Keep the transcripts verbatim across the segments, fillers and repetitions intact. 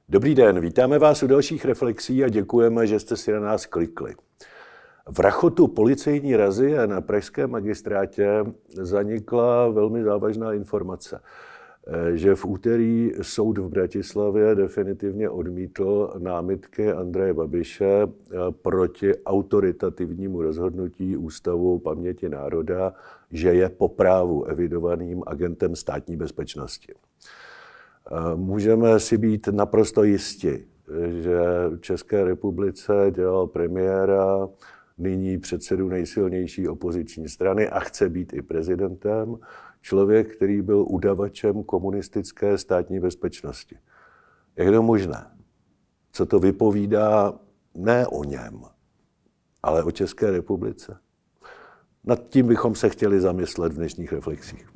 Dobrý den, vítáme vás u dalších reflexí a děkujeme, že jste si na nás klikli. V rachotu policejní razie na pražském magistrátě zanikla velmi závažná informace, že v úterý soud v Bratislavě definitivně odmítl námitky Andreje Babiše proti autoritativnímu rozhodnutí Ústavu paměti národa, že je po právu evidovaným agentem státní bezpečnosti. Můžeme si být naprosto jisti, že České republice dělal premiéra, nyní předsedu nejsilnější opoziční strany a chce být i prezidentem, člověk, který byl udavačem komunistické státní bezpečnosti. Jak je to možné? Co to vypovídá ne o něm, ale o České republice? Nad tím bychom se chtěli zamyslet v dnešních reflexích.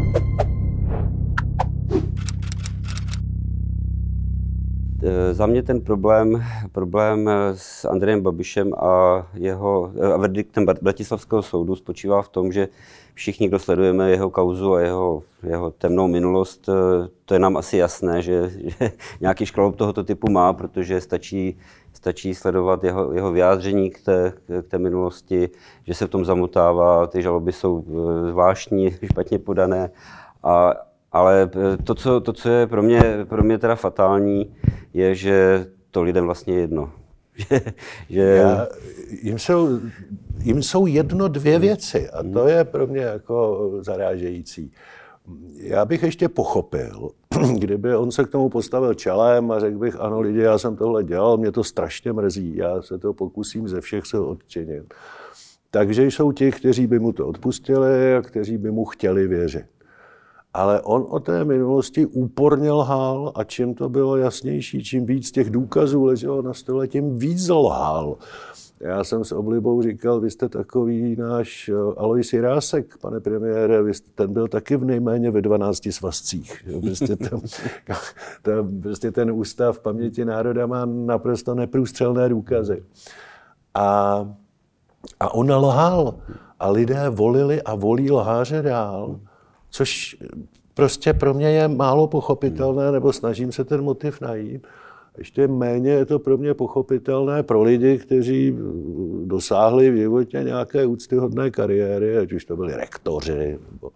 Za mě ten problém, problém s Andrejem Babišem a jeho a verdiktem Bratislavského soudu spočívá v tom, že všichni, kdo sledujeme jeho kauzu a jeho, jeho temnou minulost, to je nám asi jasné, že, že nějaký škalob tohoto typu má, protože stačí, stačí sledovat jeho, jeho vyjádření k té, k té minulosti, že se v tom zamotává, ty žaloby jsou zvláštní, špatně podané. A Ale to co, to, co je pro mě, pro mě teda fatální, je, že to lidem vlastně je jedno. že, že... Já, jim, jsou, jim jsou jedno dvě věci a to je pro mě jako zarážející. Já bych ještě pochopil, kdyby on se k tomu postavil čelem a řekl bych, ano lidi, já jsem tohle dělal, mě to strašně mrzí, já se to pokusím ze všech sil odčinit. Takže jsou ti, kteří by mu to odpustili a kteří by mu chtěli věřit. Ale on o té minulosti úporně lhal a čím to bylo jasnější, čím víc těch důkazů leželo na stole, tím víc lhal. Já jsem s oblibou říkal, vy jste takový náš Alois Jirásek, pane premiére, vy jste, ten byl taky v nejméně ve dvanácti svazcích. Prostě ten, ten, prostě ten ústav paměti národa má naprosto neprůstřelné důkazy. A, a on lhal a lidé volili a volí lháře dál. Což prostě pro mě je málo pochopitelné, nebo snažím se ten motiv najít. Ještě méně je to pro mě pochopitelné pro lidi, kteří dosáhli v životě nějaké úctyhodné kariéry, ať už to byli rektoři, nebo,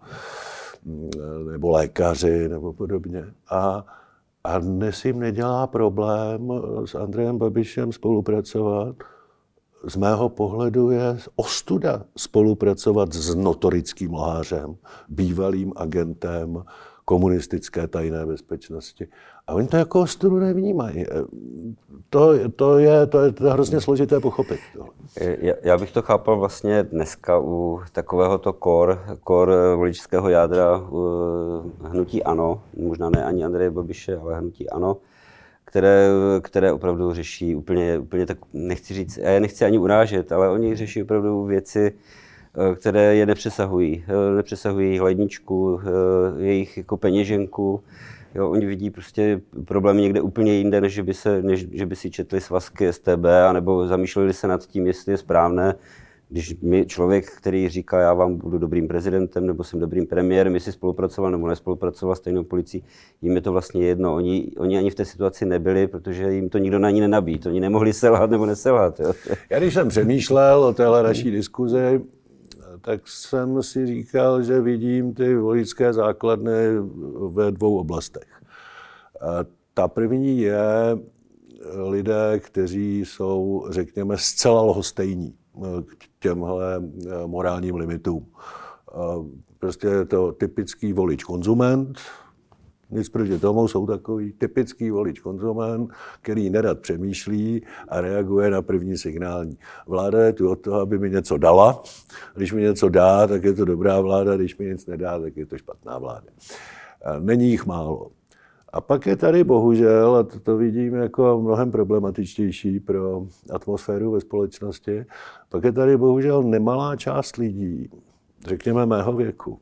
nebo lékaři, nebo podobně. A, a dnes jim nedělá problém s Andrejem Babišem spolupracovat. Z mého pohledu je ostuda spolupracovat s notorickým lhářem, bývalým agentem komunistické tajné bezpečnosti. A oni to jako ostudu nevnímají. To, to, je, to, je, to je hrozně složité pochopit. Já bych to chápal vlastně dneska u takovéhoto kor, kor voličského jádra hnutí ANO, možná ne ani Andreje Babiše, ale hnutí ANO, Které, které opravdu řeší úplně, úplně tak, nechci říct, já je nechci ani urážet, ale oni řeší opravdu věci, které je nepřesahují. Nepřesahují ledničku, jejich jako peněženku. Jo, oni vidí prostě problémy někde úplně jinde, než že by, se, než, že by si četli svazky S T B, anebo zamýšleli se nad tím, jestli je správné, když mi člověk, který říká, já vám budu dobrým prezidentem, nebo jsem dobrým premiérem, jestli spolupracoval nebo nespolupracoval s tajnou policií, jim je to vlastně jedno. Oni, oni ani v té situaci nebyli, protože jim to nikdo na ní nenabít. Oni nemohli selhat nebo neselhat. Jo. Já když jsem přemýšlel o téhle naší diskuzi, tak jsem si říkal, že vidím ty voličské základny ve dvou oblastech. A ta první je lidé, kteří jsou, řekněme, zcela lhostejní k těmhle morálním limitům. Prostě je to typický volič konzument, nic proti tomu, jsou takový typický volič konzument, který nerad přemýšlí a reaguje na první signální. Vláda je tu od toho, aby mi něco dala. Když mi něco dá, tak je to dobrá vláda, když mi nic nedá, tak je to špatná vláda. Není jich málo. A pak je tady bohužel, a to, to vidím jako mnohem problematičtější pro atmosféru ve společnosti, pak je tady bohužel nemalá část lidí, řekněme mého věku,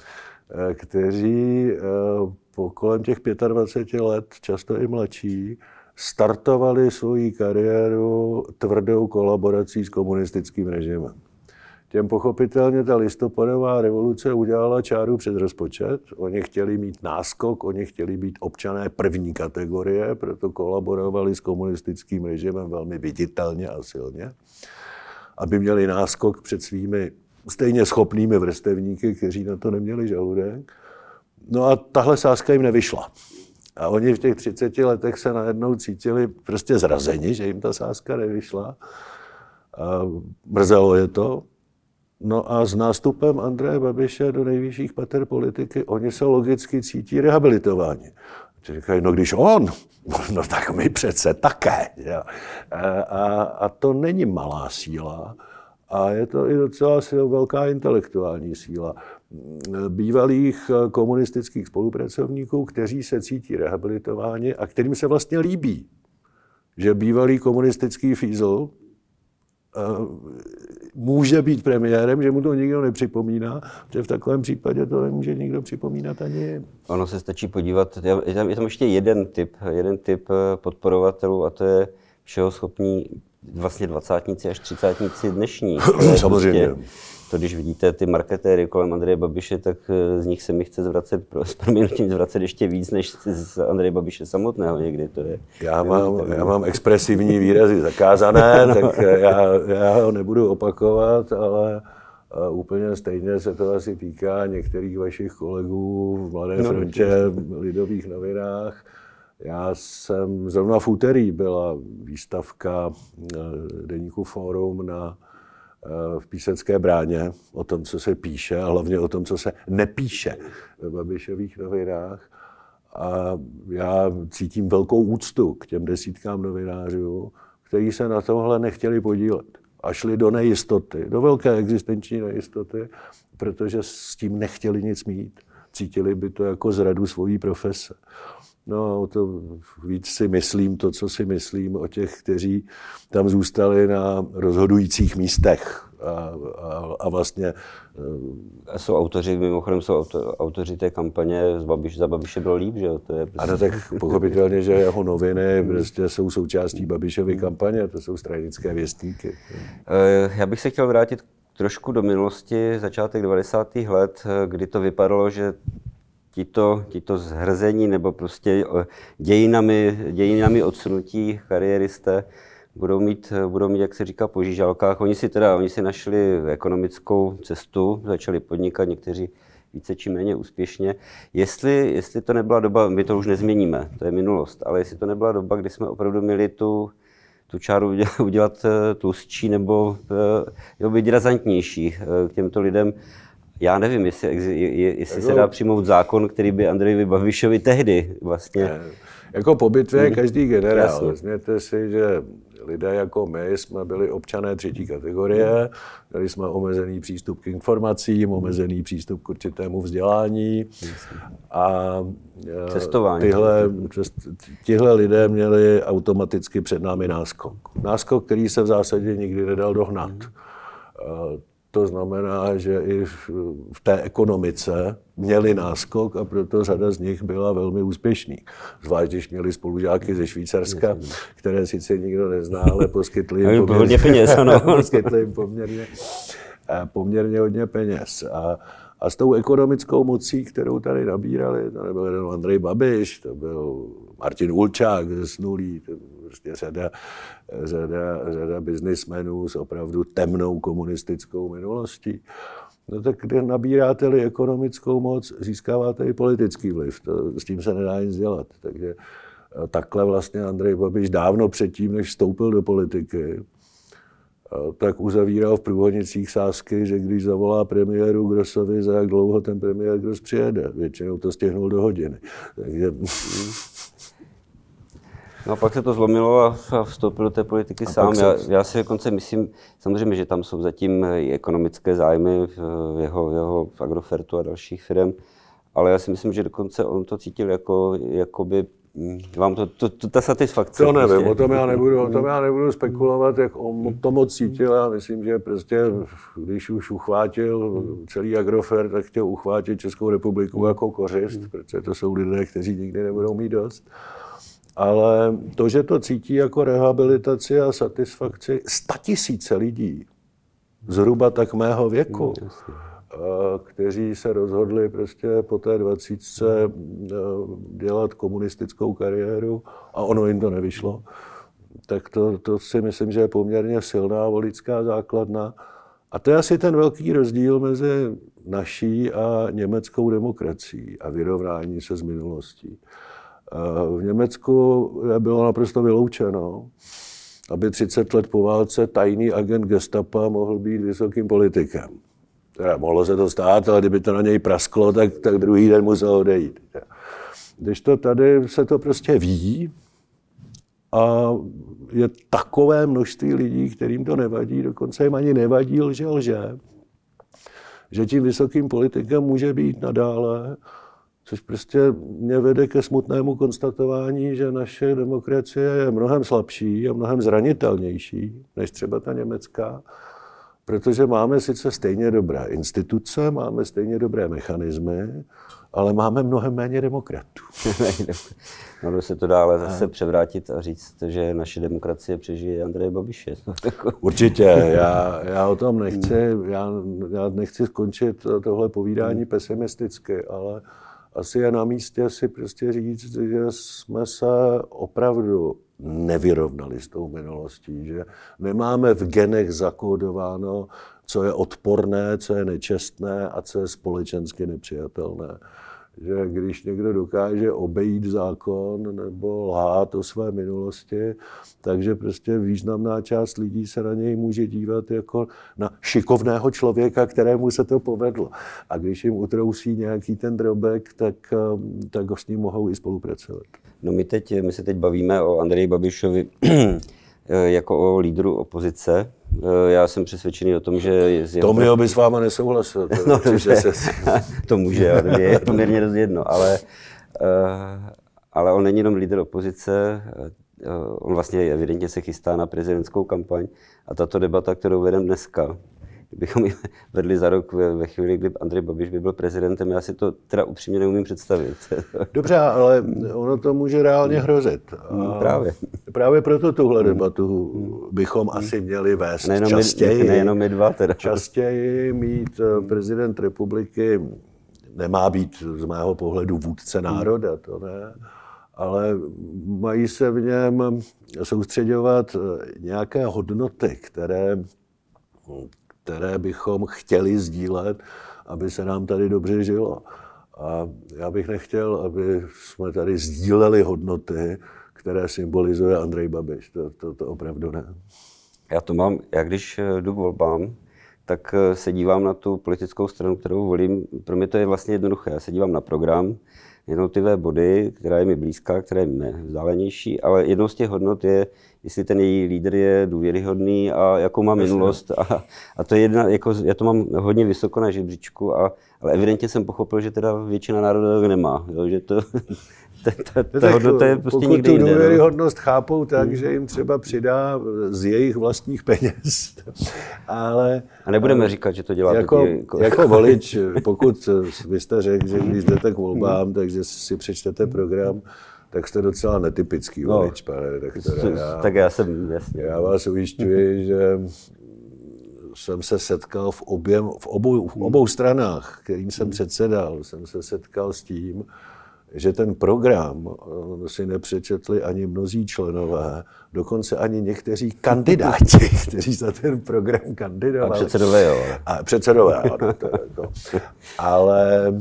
kteří po kolem těch dvaceti pěti let, často i mladší, startovali svoji kariéru tvrdou kolaborací s komunistickým režimem. Těm pochopitelně ta listopadová revoluce udělala čáru před rozpočet. Oni chtěli mít náskok, oni chtěli být občané první kategorie, proto kolaborovali s komunistickým režimem velmi viditelně a silně, aby měli náskok před svými stejně schopnými vrstevníky, kteří na to neměli žaludek. No a tahle sázka jim nevyšla. A oni v těch třiceti letech se najednou cítili prostě zrazeni, že jim ta sázka nevyšla. A mrzelo je to. No a s nástupem Andreje Babiše do nejvyšších pater politiky oni se logicky cítí rehabilitováni. Říkají, no když on, no tak my přece také. A, a, a to není malá síla. A je to i docela velká intelektuální síla bývalých komunistických spolupracovníků, kteří se cítí rehabilitováni a kterým se vlastně líbí, že bývalý komunistický fízl může být premiérem, že mu to nikdo nepřipomíná, že v takovém případě to nemůže nikdo připomínat ani jim. Ono se stačí podívat, je tam, je tam ještě jeden typ, jeden typ podporovatelů a to je všeho schopní vlastně dvacátníci až třicátníci dnešní. Samozřejmě. Prostě, to, když vidíte ty marketéry kolem Andreje Babiše, tak z nich se mi chce zvracet, s prominutím zvracet ještě víc, než z Andreje Babiše samotného někdy. To je, já, mám, já mám expresivní výrazy zakázané, no. Tak já, já ho nebudu opakovat, ale úplně stejně se to asi týká některých vašich kolegů v Mladé no, frontě, v Lidových novinách. Já jsem, zrovna v úterý byla výstavka deníku Fórum na, v Písecké bráně o tom, co se píše a hlavně o tom, co se nepíše v Babišových novinách. A já cítím velkou úctu k těm desítkám novinářů, kteří se na tohle nechtěli podílet a šli do nejistoty, do velké existenční nejistoty, protože s tím nechtěli nic mít. Cítili by to jako zradu svojí profese. No, to víc si myslím to, co si myslím o těch, kteří tam zůstali na rozhodujících místech. A, a, a vlastně... A jsou autoři, mimochodem jsou auto, autoři té kampaně z Babiš, za Babiše bylo líp, že jo? To je prostě... Ano, tak pochopitelně, že jeho noviny prostě jsou součástí Babišovy kampaně, to jsou stranické věstníky. Já bych se chtěl vrátit trošku do minulosti, začátek devadesátých let, kdy to vypadalo, že Tito, tito zhrzení nebo prostě dějinami, dějinami odsunutí kariéristé budou mít, budou mít, jak se říká, po žížalkách. Oni si teda, oni si našli ekonomickou cestu, začali podnikat, někteří více či méně úspěšně. Jestli, jestli to nebyla doba, my to už nezměníme, to je minulost, ale jestli to nebyla doba, kdy jsme opravdu měli tu, tu čáru udělat tlustší nebo jo, být razantnější k těmto lidem. Já nevím, jestli, jestli se dá přijmout zákon, který by Andrejovi Babišovi tehdy vlastně... Ne, jako po bitvě je každý generál. Vezměte si, že lidé jako my jsme byli občané třetí kategorie, měli jsme omezený přístup k informacím, omezený přístup k určitému vzdělání a cestování. Tyhle, tihle lidé měli automaticky před námi náskok. Náskok, který se v zásadě nikdy nedal dohnat. To znamená, že i v té ekonomice měli náskok a proto řada z nich byla velmi úspěšných. Zvlášť, když měli spolužáky ze Švýcarska, které sice nikdo nezná, ale poskytli jim poměrně, peněz, poskytli jim poměrně, poměrně hodně peněz. A, a s tou ekonomickou mocí, kterou tady nabírali, to nebyl jenom Andrej Babiš, to byl Martin Ulčák ze Snulí, to prostě řada, řada, řada biznismenů s opravdu temnou komunistickou minulostí. No tak kde nabíráte-li ekonomickou moc, získáváte i politický vliv. To, s tím se nedá nic dělat. Takže takhle vlastně Andrej Babiš dávno předtím, než vstoupil do politiky, tak uzavíral v průhodnicích sázky, že když zavolá premiéru Grossovi, za jak dlouho ten premiér Gross přijede. Většinou to stihnul do hodiny. Takže... No a pak se to zlomilo a vstoupil do té politiky a sám. Já, já si dokonce myslím, samozřejmě, že tam jsou zatím i ekonomické zájmy v jeho, jeho v Agrofertu a dalších firm, ale já si myslím, že dokonce on to cítil jako, jakoby, vám to, to, to ta satisfakce. To nevím, prostě. o tom já nebudu, o tom já nebudu spekulovat, jak on to moc cítil. Já myslím, že prostě, když už uchvátil celý Agrofert, tak chtěl uchvátit Českou republiku jako kořist, protože to jsou lidé, kteří nikdy nebudou mít dost. Ale to, že to cítí jako rehabilitaci a satisfakci statisíce lidí, zhruba tak mého věku, Hmm, kteří se rozhodli prostě po té dvacítce dělat komunistickou kariéru a ono jim to nevyšlo, tak to, to si myslím, že je poměrně silná voličská základna. A to je asi ten velký rozdíl mezi naší a německou demokracií a vyrovnání se s minulostí. V Německu bylo naprosto vyloučeno, aby třicet let po válce tajný agent gestapa mohl být vysokým politikem. Teda mohlo se to stát, ale kdyby to na něj prasklo, tak, tak druhý den musel odejít. Když to tady se to prostě ví a je takové množství lidí, kterým to nevadí, dokonce jim ani nevadí, lže lže, že tím vysokým politikem může být nadále, což prostě mě vede ke smutnému konstatování, že naše demokracie je mnohem slabší a mnohem zranitelnější než třeba ta německá, protože máme sice stejně dobré instituce, máme stejně dobré mechanismy, ale máme mnohem méně demokratů. Mohlo se to dále zase převrátit a říct, že naše demokracie přežije Andreje Babiše. Určitě, já, já o tom nechci, já, já nechci skončit tohle povídání pesimisticky, ale asi je na místě si prostě říct, že jsme se opravdu nevyrovnali s tou minulostí, že nemáme v genech zakódováno, co je odporné, co je nečestné a co je společensky nepřijatelné. Že když někdo dokáže obejít zákon nebo lhát o své minulosti, takže prostě významná část lidí se na něj může dívat jako na šikovného člověka, kterému se to povedlo. A když jim utrousí nějaký ten drobek, tak, tak s ním mohou i spolupracovat. No my, teď, my se teď bavíme o Andreji Babišovi jako o lídru opozice. Já jsem přesvědčený o tom, že... Z jeho... Tomio by s váma nesouhlasil. To, no, dobře, se... to může, ale je poměrně dost jedno. Ale, ale on není jenom lídr opozice, on vlastně evidentně se chystá na prezidentskou kampaň a tato debata, kterou vedeme dneska, kdybychom ji vedli za rok ve, ve chvíli, kdy Andrej Babiš by byl prezidentem, já si to teda upřímně neumím představit. Dobře, ale ono to může reálně hrozit. A právě. Právě proto tuhle debatu bychom asi měli vést nejenom častěji. My, nejenom my dva teda. Častěji mít prezident republiky nemá být z mého pohledu vůdce národa, to ne, ale mají se v něm soustředovat nějaké hodnoty, které které bychom chtěli sdílet, aby se nám tady dobře žilo. A já bych nechtěl, aby jsme tady sdíleli hodnoty, které symbolizuje Andrej Babiš. To, to, to opravdu ne. Já to mám, já když jdu k volbám, tak se dívám na tu politickou stranu, kterou volím. Pro mě to je vlastně jednoduché. Já se dívám na program, jednotlivé body, která je mi blízká, která je mi vzdálenější, ale jednou z těch hodnot je, jestli ten její lídr je důvěryhodný a jakou má minulost. A, a to je jedna, jako, já to mám hodně vysoko na žebříčku, a, ale evidentně jsem pochopil, že teda většina národa to nemá. Jo, že to, ta, ta, ta hodnota je prostě někde jinde. Pokud tu důvěryhodnost chápou tak, hmm. že jim třeba přidá z jejich vlastních peněz. Ale, a nebudeme říkat, že to dělá jako, taky, jako... jako volič, pokud vy jste řekl, že když jdete k volbám, hmm. takže si přečtete program, tak jste docela netypický volič, no, pane redaktore. Já, tak já jsem, jasně. Já vás ujišťuji, že jsem se setkal v, objem, v, obou, v obou stranách, kterým jsem předsedal, jsem se setkal s tím, že ten program si nepřečetli ani mnozí členové, dokonce ani někteří kandidáti, kteří za ten program kandidovali. A předsedové, jo. A předsedové, ano. To, to. Ale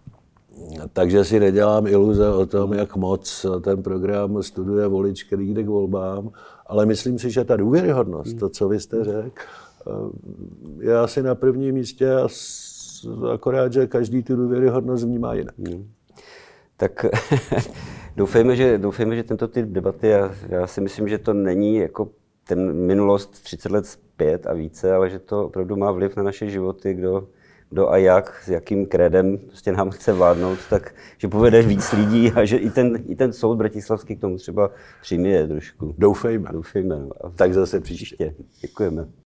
takže si nedělám iluze o tom, jak moc ten program studuje volič, který jde k volbám, ale myslím si, že ta důvěryhodnost, to, co vy jste řekl, je asi na prvním místě, a akorát, že každý tu důvěryhodnost vnímá jinak. Hmm. Tak doufejme, že, doufejme, že tento typ debaty, já, já si myslím, že to není jako ten minulost třicet let zpět a více, ale že to opravdu má vliv na naše životy, kdo, kdo a jak, s jakým krédem prostě nám chce vládnout, tak že povede víc lidí a že i ten, i ten soud bratislavský k tomu třeba přiměje trošku. Doufejme. Doufejme. Tak zase příště. příště. Děkujeme.